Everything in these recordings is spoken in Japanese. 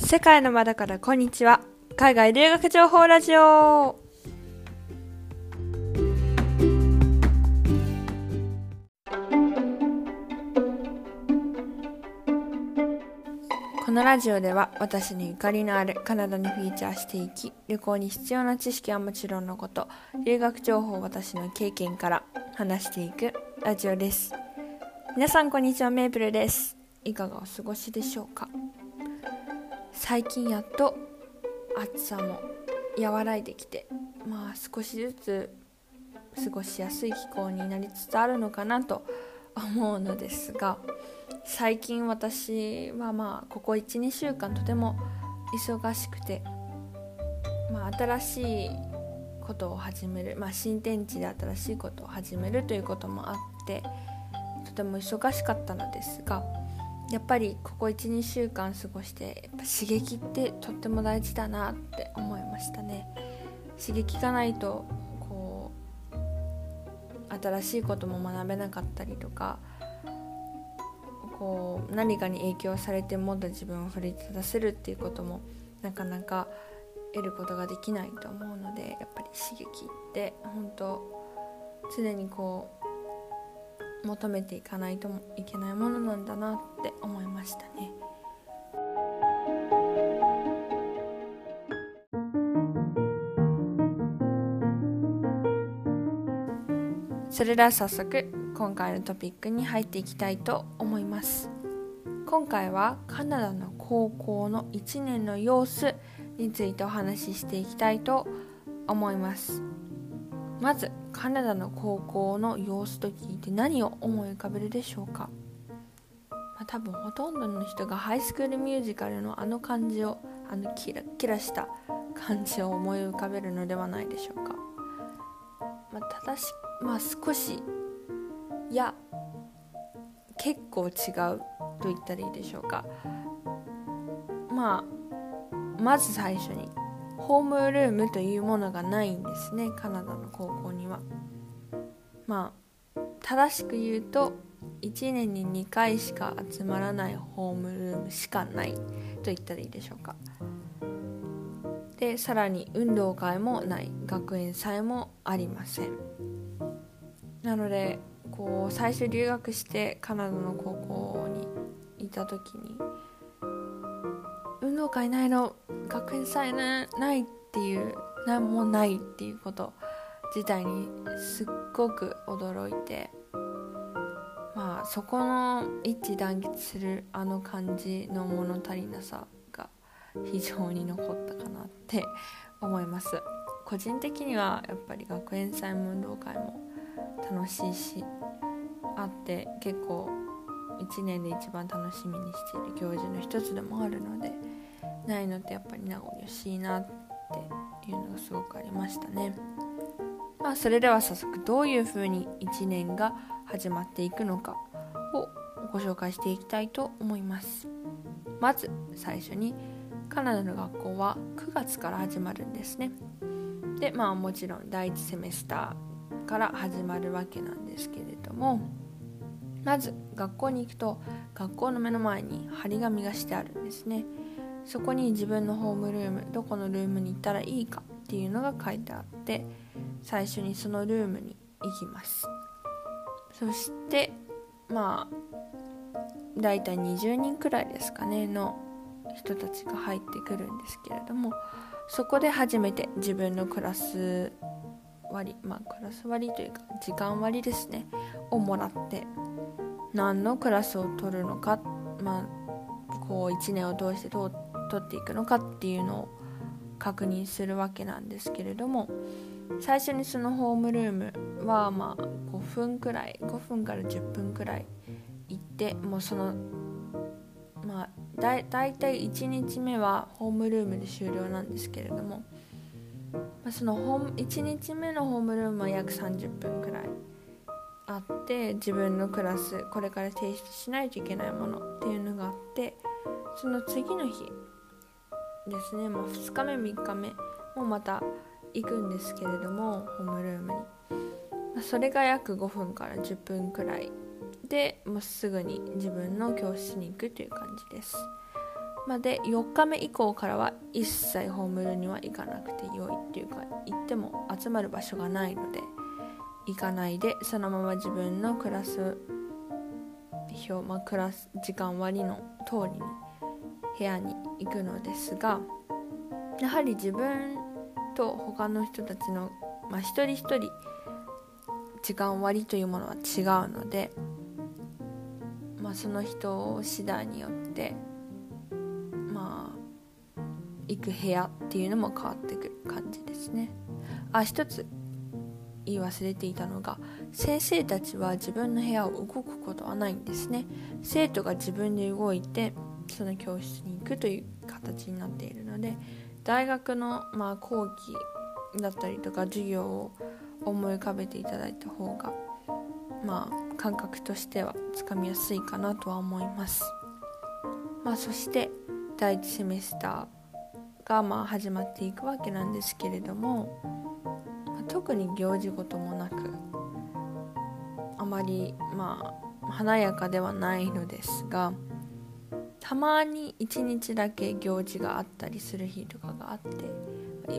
世界の窓からこんにちは。海外留学情報ラジオ。このラジオでは私にゆかりのあるカナダにフィーチャーしていき、旅行に必要な知識はもちろんのこと、留学情報を私の経験から話していくラジオです。皆さんこんにちは、メープルです。いかがお過ごしでしょうか。最近やっと暑さも和らいできて、少しずつ過ごしやすい気候になりつつあるのかなと思うのですが、最近私はここ 1,2 週間とても忙しくて、新しいことを始める、新天地で新しいことを始めるということもあってとても忙しかったのですが、やっぱりここ 1,2 週間過ごしてやっぱ刺激ってとっても大事だなって思いましたね。刺激がないと新しいことも学べなかったりとか、何かに影響されてもっと自分を奮い立たせるっていうこともなかなか得ることができないと思うので、やっぱり刺激って本当常に求めていかないといけないものなんだなって思いましたね。それでは早速今回のトピックに入っていきたいと思います。今回はカナダの高校の1年の様子についてお話ししていきたいと思います。まずカナダの高校の様子と聞いて何を思い浮かべるでしょうか。多分ほとんどの人がハイスクールミュージカルの感じを、キラキラした感じを思い浮かべるのではないでしょうか。ただし少し結構違うと言ったらいいでしょうか。まず最初にホームルームというものがないんですね、カナダの高校には。正しく言うと1年に2回しか集まらないホームルームしかないと言ったらいいでしょうか。で、さらに運動会もない、学園祭もありません。なので最初留学してカナダの高校にいた時に、運動会ないの、学園祭ないっていう、何もないっていうこと自体にすっごく驚いて、そこの一致団結する感じの物足りなさが非常に残ったかなって思います。個人的にはやっぱり学園祭も運動会も楽しいしあって、結構1年で一番楽しみにしている行事の一つでもあるので、ないのってやっぱり名残惜しいなっていうのがすごくありましたね。それでは早速どういうふうに1年が始まっていくのかをご紹介していきたいと思います。まず最初にカナダの学校は9月から始まるんですね。で、もちろん第1セメスターから始まるわけなんですけれども、まず学校に行くと学校の目の前に張り紙がしてあるんですね。そこに自分のホームルーム、どこのルームに行ったらいいかっていうのが書いてあって、最初にそのルームに行きます。そしてだいたい20人くらいですかねの人たちが入ってくるんですけれども、そこで初めて自分のクラス割、クラス割というか時間割ですねをもらって、何のクラスを取るのか、1年を通して取っていくのかっていうのを確認するわけなんですけれども、最初にそのホームルームは5分から10分くらい行って、もうそのだいたい1日目はホームルームで終了なんですけれども、その1日目のホームルームは約30分くらいあって、自分のクラスこれから提出しないといけないものっていうのがあって、その次の日ですね、2日目3日目もまた行くんですけれども、ホームルームに、それが約5分から10分くらいで、もうすぐに自分の教室に行くという感じです。 で4日目以降からは一切ホームルームには行かなくてよいっていうか、行っても集まる場所がないので行かないで、そのまま自分のクラス表、クラス時間割の通りに部屋に行くのですが、やはり自分と他の人たちの、一人一人時間割というものは違うので、その人次第によって行く部屋っていうのも変わってくる感じですね。一つ言い忘れていたのが、先生たちは自分の部屋を動くことはないんですね。生徒が自分で動いてその教室に行くという形になっているので、大学の講義だったりとか授業を思い浮かべていただいた方が感覚としてはつかみやすいかなとは思います。そして第一セメスターが始まっていくわけなんですけれども、特に行事ごともなく、あまり華やかではないのですが、たまに1日だけ行事があったりする日とかがあって、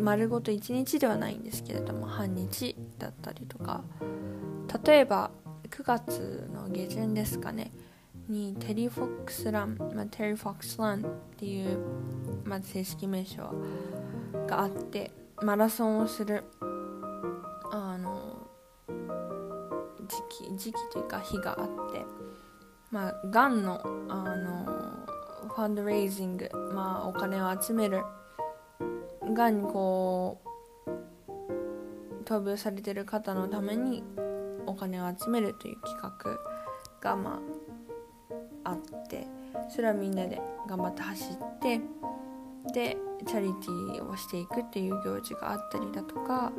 丸ごと1日ではないんですけれども半日だったりとか、例えば9月の下旬ですかねにテリー・フォックスラン、テリー・フォックスランっていう、正式名称があって、マラソンをする時期というか日があって、がんのファンドレイジング、お金を集める、がんに闘病されている方のためにお金を集めるという企画があって、それはみんなで頑張って走って、でチャリティーをしていくっていう行事があったりだとか、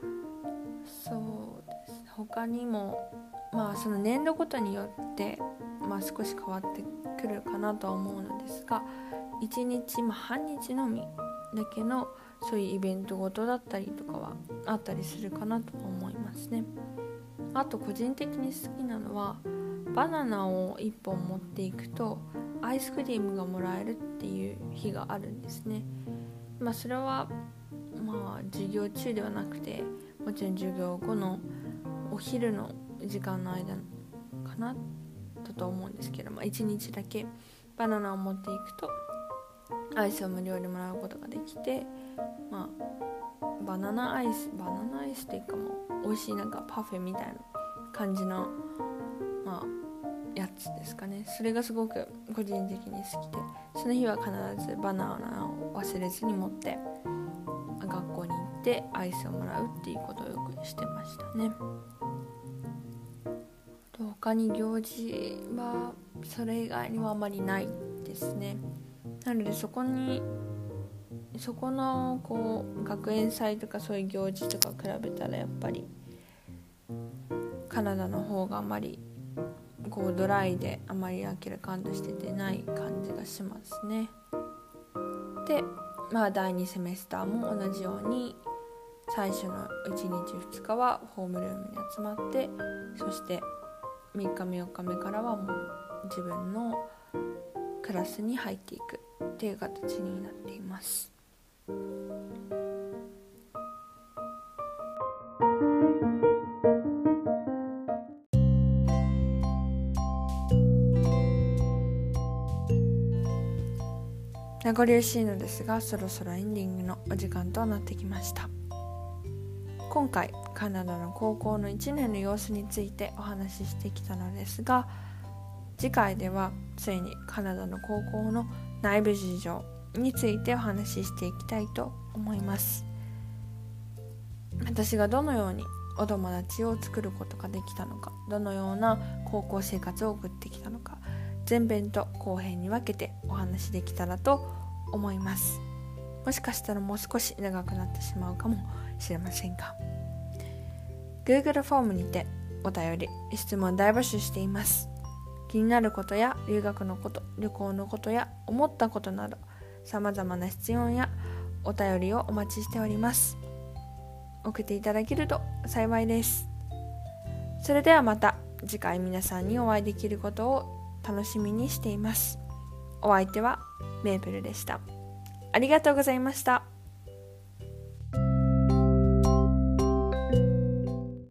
そうですね、他にもその年度ごとによって、少し変わってくるかなとは思うのですが、1日、半日のみだけのそういうイベントごとだったりとかはあったりするかなと思いますね。あと個人的に好きなのは、バナナを1本持っていくとアイスクリームがもらえるっていう日があるんですね。それは授業中ではなくて、もちろん授業後のお昼の時間の間かなだと思うんですけど、1日だけバナナを持っていくとアイスを無料でもらうことができて、バナナアイスっていうか美味しいパフェみたいな感じのやつですかね。それがすごく個人的に好きで、その日は必ずバナナを忘れずに持って学校に行ってアイスをもらうっていうことをよくしてましたね。他に行事はそれ以外にはあまりないですね。なのでそこの学園祭とかそういう行事とか比べたら、やっぱりカナダの方があまりドライであまり明らかんとしててない感じがしますね。で、第2セメスターも同じように最初の1日2日はホームルームに集まって、そして3日目4日目からはもう自分のクラスに入っていくっていう形になっています。名残惜しいのですが、そろそろエンディングのお時間となってきました。今回カナダの高校の1年の様子についてお話ししてきたのですが、次回ではついにカナダの高校の内部事情についてお話ししていきたいと思います。私がどのようにお友達を作ることができたのか、どのような高校生活を送ってきたのか、前編と後編に分けてお話しできたらと思います。もしかしたらもう少し長くなってしまうかもしれませんが、 Google フォームにてお便り、質問大募集しています。気になることや留学のこと、旅行のことや思ったことなど、さまざまな質問やお便りをお待ちしております。送っていただけると幸いです。それではまた次回皆さんにお会いできることを楽しみにしています。 お相手はメープルでした。ありがとうございました。